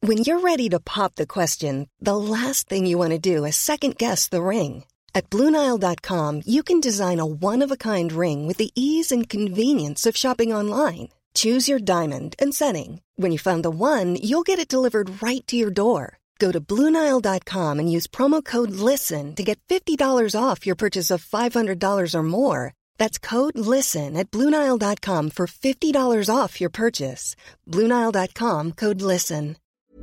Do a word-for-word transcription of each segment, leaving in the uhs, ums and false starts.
When you're ready to pop the question, the last thing you want to do is second-guess the ring. At Blue Nile dot com, you can design a one-of-a-kind ring with the ease and convenience of shopping online. Choose your diamond and setting. When you find the one, you'll get it delivered right to your door. Go to Blue Nile dot com and use promo code LISTEN to get fifty dollars off your purchase of five hundred dollars or more. That's code LISTEN at Blue Nile dot com for fifty dollars off your purchase. Blue Nile dot com, code LISTEN.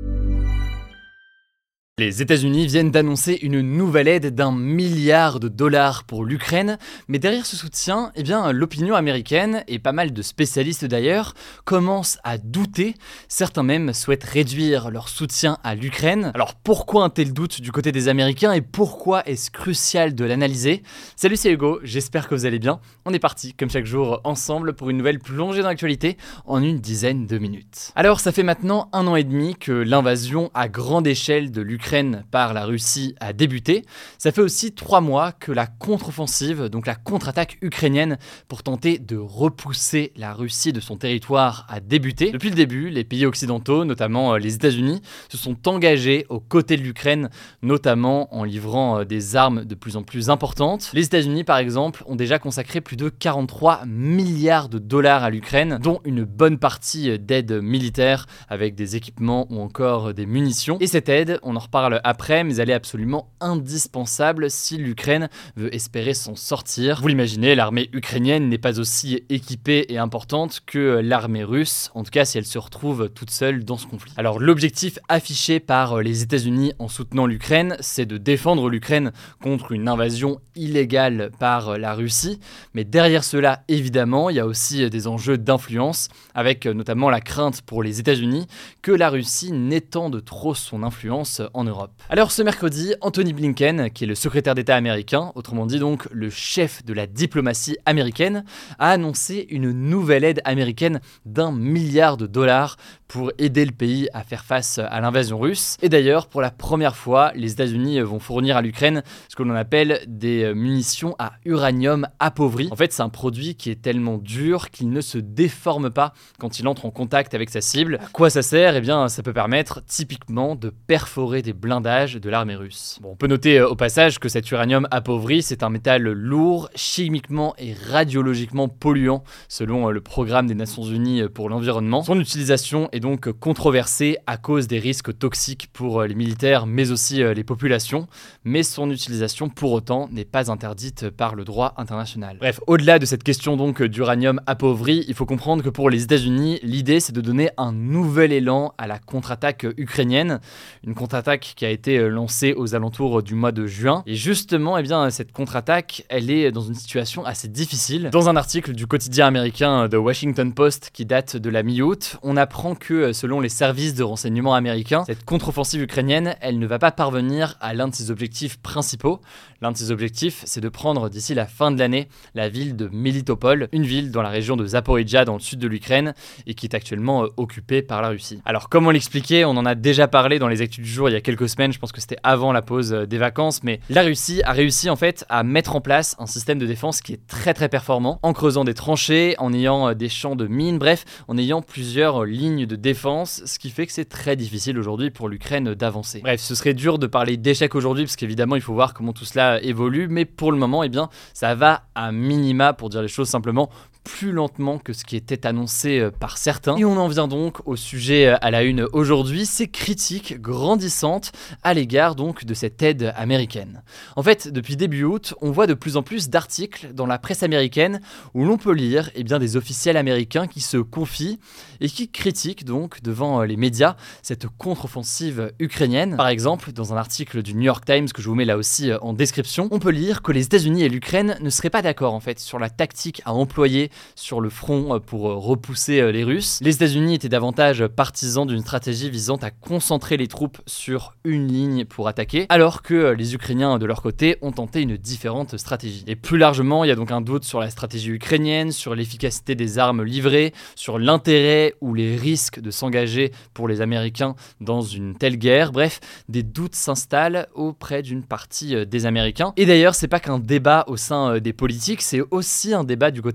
Les États-Unis viennent d'annoncer une nouvelle aide d'un milliard de dollars pour l'Ukraine, mais derrière ce soutien, eh bien, l'opinion américaine, et pas mal de spécialistes d'ailleurs, commencent à douter. Certains même souhaitent réduire leur soutien à l'Ukraine. Alors pourquoi un tel doute du côté des Américains et pourquoi est-ce crucial de l'analyser ? Salut, c'est Hugo, j'espère que vous allez bien. On est parti, comme chaque jour, ensemble pour une nouvelle plongée dans l'actualité en une dizaine de minutes. Alors ça fait maintenant un an et demi que l'invasion à grande échelle de l'Ukraine par la Russie a débuté. Ça fait aussi trois mois que la contre-offensive, donc la contre-attaque ukrainienne pour tenter de repousser la Russie de son territoire a débuté. Depuis le début, les pays occidentaux, notamment les États-Unis, se sont engagés aux côtés de l'Ukraine, notamment en livrant des armes de plus en plus importantes. Les États-Unis, par exemple, ont déjà consacré plus de quarante-trois milliards de dollars à l'Ukraine, dont une bonne partie d'aide militaire avec des équipements ou encore des munitions. Et cette aide, on en reparle après, mais elle est absolument indispensable si l'Ukraine veut espérer s'en sortir. Vous l'imaginez, l'armée ukrainienne n'est pas aussi équipée et importante que l'armée russe, en tout cas si elle se retrouve toute seule dans ce conflit. Alors l'objectif affiché par les États-Unis en soutenant l'Ukraine, c'est de défendre l'Ukraine contre une invasion illégale par la Russie, mais derrière cela, évidemment, il y a aussi des enjeux d'influence, avec notamment la crainte pour les États-Unis que la Russie n'étende trop son influence en Europe. Alors ce mercredi, Antony Blinken, qui est le secrétaire d'État américain, autrement dit donc le chef de la diplomatie américaine, a annoncé une nouvelle aide américaine d'un milliard de dollars pour aider le pays à faire face à l'invasion russe. Et d'ailleurs, pour la première fois, les États-Unis vont fournir à l'Ukraine ce que l'on appelle des munitions à uranium appauvri. En fait, c'est un produit qui est tellement dur qu'il ne se déforme pas quand il entre en contact avec sa cible. À quoi ça sert ? Eh bien, ça peut permettre typiquement de perforer des blindages de l'armée russe. Bon, on peut noter euh, au passage que cet uranium appauvri, c'est un métal lourd, chimiquement et radiologiquement polluant, selon euh, le programme des Nations Unies pour l'environnement. Son utilisation est donc controversée à cause des risques toxiques pour euh, les militaires, mais aussi euh, les populations, mais son utilisation, pour autant, n'est pas interdite par le droit international. Bref, au-delà de cette question donc d'uranium appauvri, il faut comprendre que pour les États-Unis, l'idée c'est de donner un nouvel élan à la contre-attaque ukrainienne, une contre-attaque qui a été lancée aux alentours du mois de juin. Et justement, eh bien, cette contre-attaque, elle est dans une situation assez difficile. Dans un article du quotidien américain The Washington Post qui date de la mi-août, on apprend que, selon les services de renseignement américains, cette contre-offensive ukrainienne, elle ne va pas parvenir à l'un de ses objectifs principaux. L'un de ses objectifs, c'est de prendre d'ici la fin de l'année la ville de Melitopol, une ville dans la région de Zaporijjia dans le sud de l'Ukraine et qui est actuellement euh, occupée par la Russie. Alors, comme on l'expliquait, on en a déjà parlé dans les actus du jour il y a quelques semaines, je pense que c'était avant la pause des vacances, mais la Russie a réussi en fait à mettre en place un système de défense qui est très très performant, en creusant des tranchées, en ayant des champs de mines, bref, en ayant plusieurs lignes de défense, ce qui fait que c'est très difficile aujourd'hui pour l'Ukraine d'avancer. Bref, ce serait dur de parler d'échec aujourd'hui, parce qu'évidemment il faut voir comment tout cela évolue, mais pour le moment, eh bien, ça va à minima, pour dire les choses simplement, plus lentement que ce qui était annoncé par certains. Et on en vient donc au sujet à la une aujourd'hui, ces critiques grandissantes à l'égard donc de cette aide américaine. En fait, depuis début août, on voit de plus en plus d'articles dans la presse américaine où l'on peut lire eh bien, des officiels américains qui se confient et qui critiquent donc devant les médias cette contre-offensive ukrainienne. Par exemple, dans un article du New York Times que je vous mets là aussi en description, on peut lire que les États-Unis et l'Ukraine ne seraient pas d'accord en fait sur la tactique à employer sur le front pour repousser les Russes. Les États-Unis étaient davantage partisans d'une stratégie visant à concentrer les troupes sur une ligne pour attaquer, alors que les Ukrainiens de leur côté ont tenté une différente stratégie. Et plus largement, il y a donc un doute sur la stratégie ukrainienne, sur l'efficacité des armes livrées, sur l'intérêt ou les risques de s'engager pour les Américains dans une telle guerre. Bref, des doutes s'installent auprès d'une partie des Américains. Et d'ailleurs, c'est pas qu'un débat au sein des politiques, c'est aussi un débat du côté de l'opinion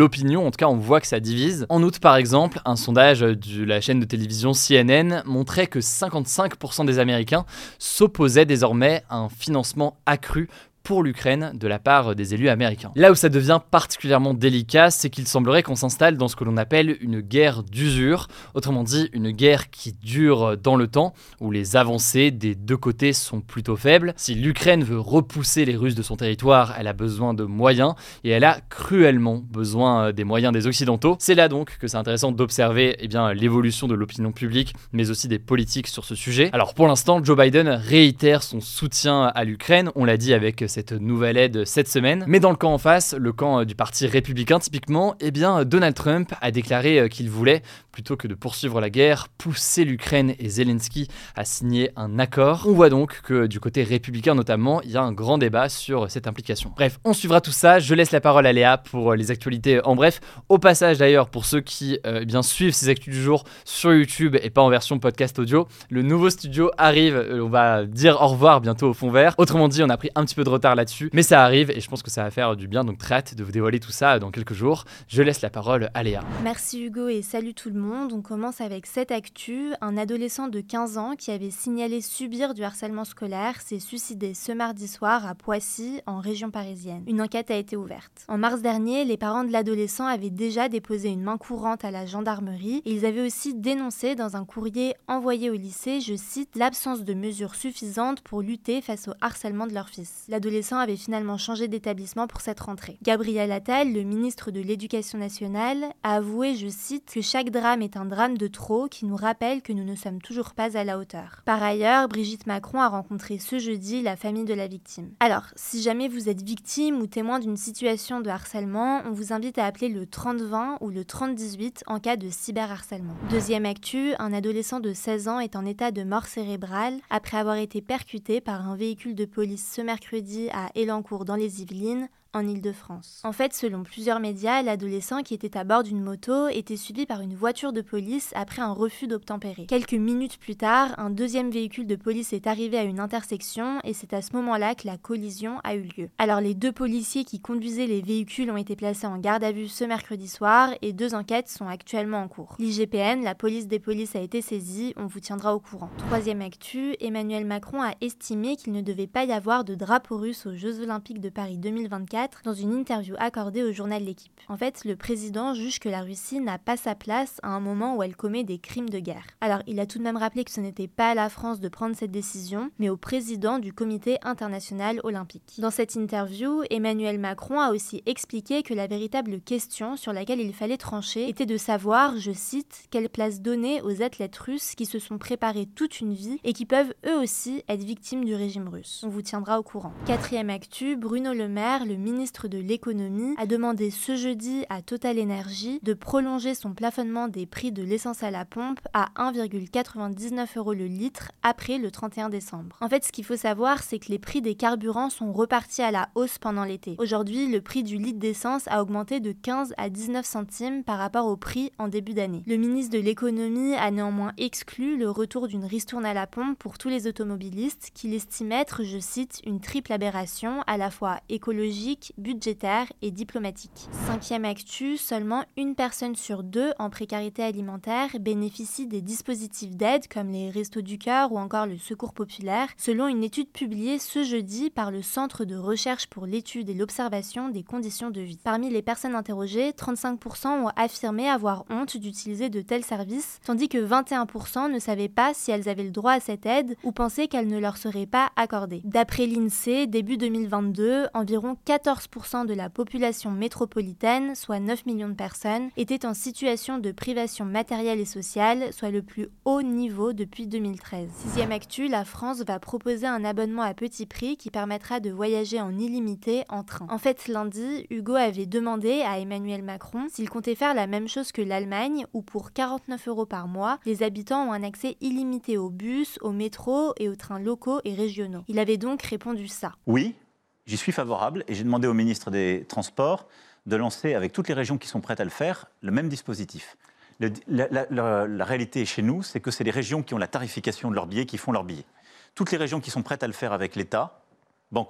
l'opinion, en tout cas on voit que ça divise. En août par exemple, un sondage de la chaîne de télévision C N N montrait que cinquante-cinq pour cent des Américains s'opposaient désormais à un financement accru pour l'Ukraine de la part des élus américains. Là où ça devient particulièrement délicat, c'est qu'il semblerait qu'on s'installe dans ce que l'on appelle une guerre d'usure, autrement dit une guerre qui dure dans le temps, où les avancées des deux côtés sont plutôt faibles. Si l'Ukraine veut repousser les Russes de son territoire, elle a besoin de moyens, et elle a cruellement besoin des moyens des Occidentaux. C'est là donc que c'est intéressant d'observer eh bien, l'évolution de l'opinion publique, mais aussi des politiques sur ce sujet. Alors pour l'instant, Joe Biden réitère son soutien à l'Ukraine, on l'a dit avec cette nouvelle aide cette semaine. Mais dans le camp en face, le camp du parti républicain typiquement, eh bien Donald Trump a déclaré qu'il voulait, plutôt que de poursuivre la guerre, pousser l'Ukraine et Zelensky à signer un accord. On voit donc que du côté républicain notamment, il y a un grand débat sur cette implication. Bref, on suivra tout ça. Je laisse la parole à Léa pour les actualités en bref. Au passage d'ailleurs, pour ceux qui euh, eh bien, suivent ces actus du jour sur YouTube et pas en version podcast audio, le nouveau studio arrive. On va dire au revoir bientôt au fond vert. Autrement dit, on a pris un petit peu de retard là-dessus, mais ça arrive et je pense que ça va faire du bien, donc très hâte de vous dévoiler tout ça dans quelques jours. Je laisse la parole à Léa. Merci Hugo et salut tout le monde. On commence avec cette actu. Un adolescent de quinze ans qui avait signalé subir du harcèlement scolaire s'est suicidé ce mardi soir à Poissy, en région parisienne. Une enquête a été ouverte. En mars dernier, les parents de l'adolescent avaient déjà déposé une main courante à la gendarmerie et ils avaient aussi dénoncé dans un courrier envoyé au lycée, je cite, l'absence de mesures suffisantes pour lutter face au harcèlement de leur fils. L'adolescent avait finalement changé d'établissement pour cette rentrée. Gabriel Attal, le ministre de l'Éducation nationale, a avoué, je cite, que chaque drame est un drame de trop qui nous rappelle que nous ne sommes toujours pas à la hauteur. Par ailleurs, Brigitte Macron a rencontré ce jeudi la famille de la victime. Alors, si jamais vous êtes victime ou témoin d'une situation de harcèlement, on vous invite à appeler le trente vingt ou le trente dix-huit en cas de cyberharcèlement. Deuxième actu, un adolescent de seize ans est en état de mort cérébrale après avoir été percuté par un véhicule de police ce mercredi à Elancourt dans les Yvelines, en Île-de-France. En fait, selon plusieurs médias, l'adolescent qui était à bord d'une moto était suivi par une voiture de police après un refus d'obtempérer. Quelques minutes plus tard, un deuxième véhicule de police est arrivé à une intersection et c'est à ce moment-là que la collision a eu lieu. Alors les deux policiers qui conduisaient les véhicules ont été placés en garde à vue ce mercredi soir et deux enquêtes sont actuellement en cours. L'I G P N, la police des polices, a été saisie, on vous tiendra au courant. Troisième actu, Emmanuel Macron a estimé qu'il ne devait pas y avoir de drapeau russe aux Jeux Olympiques de Paris deux mille vingt-quatre dans une interview accordée au journal L'Équipe. En fait, le président juge que la Russie n'a pas sa place à un moment où elle commet des crimes de guerre. Alors, il a tout de même rappelé que ce n'était pas à la France de prendre cette décision, mais au président du Comité international olympique. Dans cette interview, Emmanuel Macron a aussi expliqué que la véritable question sur laquelle il fallait trancher était de savoir, je cite, quelle place donner aux athlètes russes qui se sont préparés toute une vie et qui peuvent eux aussi être victimes du régime russe. On vous tiendra au courant. Quatrième actu, Bruno Le Maire, le ministre de l'économie, a demandé ce jeudi à Total Energy de prolonger son plafonnement des prix de l'essence à la pompe à un virgule quatre-vingt-dix-neuf euros le litre après le trente et un décembre. En fait, ce qu'il faut savoir, c'est que les prix des carburants sont repartis à la hausse pendant l'été. Aujourd'hui, le prix du litre d'essence a augmenté de quinze à dix-neuf centimes par rapport au prix en début d'année. Le ministre de l'économie a néanmoins exclu le retour d'une ristourne à la pompe pour tous les automobilistes qu'il estime être, je cite, une triple aberration à la fois écologique, budgétaire et diplomatique. Cinquième actu, seulement une personne sur deux en précarité alimentaire bénéficie des dispositifs d'aide comme les Restos du Cœur ou encore le Secours populaire, selon une étude publiée ce jeudi par le Centre de recherche pour l'étude et l'observation des conditions de vie. Parmi les personnes interrogées, trente-cinq pour cent ont affirmé avoir honte d'utiliser de tels services, tandis que vingt et un pour cent ne savaient pas si elles avaient le droit à cette aide ou pensaient qu'elle ne leur serait pas accordée. D'après l'INSEE, début deux mille vingt-deux, environ quatorze pour cent de la population métropolitaine, soit neuf millions de personnes, étaient en situation de privation matérielle et sociale, soit le plus haut niveau depuis deux mille treize. Sixième actu, la France va proposer un abonnement à petit prix qui permettra de voyager en illimité en train. En fait, lundi, Hugo avait demandé à Emmanuel Macron s'il comptait faire la même chose que l'Allemagne, où pour quarante-neuf euros par mois, les habitants ont un accès illimité aux bus, au métro et aux trains locaux et régionaux. Il avait donc répondu ça. Oui. J'y suis favorable et j'ai demandé au ministre des Transports de lancer, avec toutes les régions qui sont prêtes à le faire, le même dispositif. Le, la, la, la, la réalité chez nous, c'est que c'est les régions qui ont la tarification de leurs billets qui font leurs billets. Toutes les régions qui sont prêtes à le faire avec l'État, banco.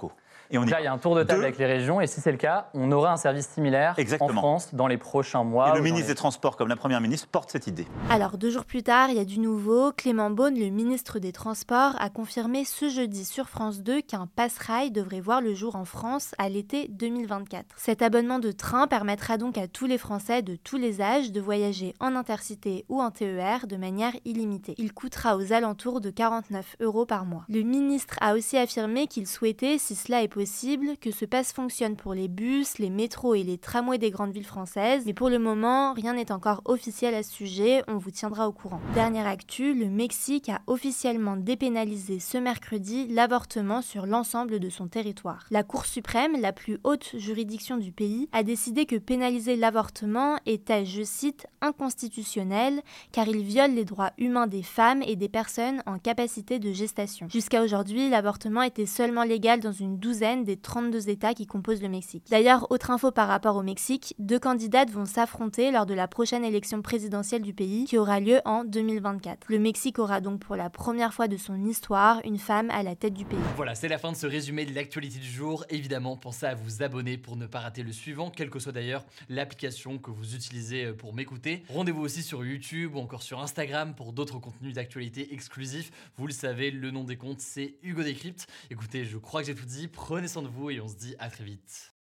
et on y Là, va. il y a un tour de table Deux, avec les régions, et si c'est le cas, on aura un service similaire Exactement. en France dans les prochains mois. Et le ou dans ministre les- des Transports, comme la Première ministre, porte cette idée. Alors, deux jours plus tard, il y a du nouveau. Clément Beaune, le ministre des Transports, a confirmé ce jeudi sur France deux qu'un pass-rail devrait voir le jour en France à l'été deux mille vingt-quatre. Cet abonnement de train permettra donc à tous les Français de tous les âges de voyager en intercité ou en T E R de manière illimitée. Il coûtera aux alentours de quarante-neuf euros par mois. Le ministre a aussi affirmé qu'il souhaitait, si cela est possible, que ce pass fonctionne pour les bus, les métros et les tramways des grandes villes françaises. Mais pour le moment, rien n'est encore officiel à ce sujet, on vous tiendra au courant. Dernière actu, le Mexique a officiellement dépénalisé ce mercredi l'avortement sur l'ensemble de son territoire. La Cour suprême, la plus haute juridiction du pays, a décidé que pénaliser l'avortement était, je cite, inconstitutionnel car il viole les droits humains des femmes et des personnes en capacité de gestation. Jusqu'à aujourd'hui, l'avortement était seulement légal dans une douzaine des trente-deux États qui composent le Mexique. D'ailleurs, autre info par rapport au Mexique, deux candidates vont s'affronter lors de la prochaine élection présidentielle du pays qui aura lieu en deux mille vingt-quatre. Le Mexique aura donc pour la première fois de son histoire une femme à la tête du pays. Voilà, c'est la fin de ce résumé de l'actualité du jour. Évidemment, pensez à vous abonner pour ne pas rater le suivant, quelle que soit d'ailleurs l'application que vous utilisez pour m'écouter. Rendez-vous aussi sur YouTube ou encore sur Instagram pour d'autres contenus d'actualité exclusifs. Vous le savez, le nom des comptes, c'est Hugo Décrypte. Écoutez, je crois que j'ai tout dit. Prenez soin de vous et on se dit à très vite.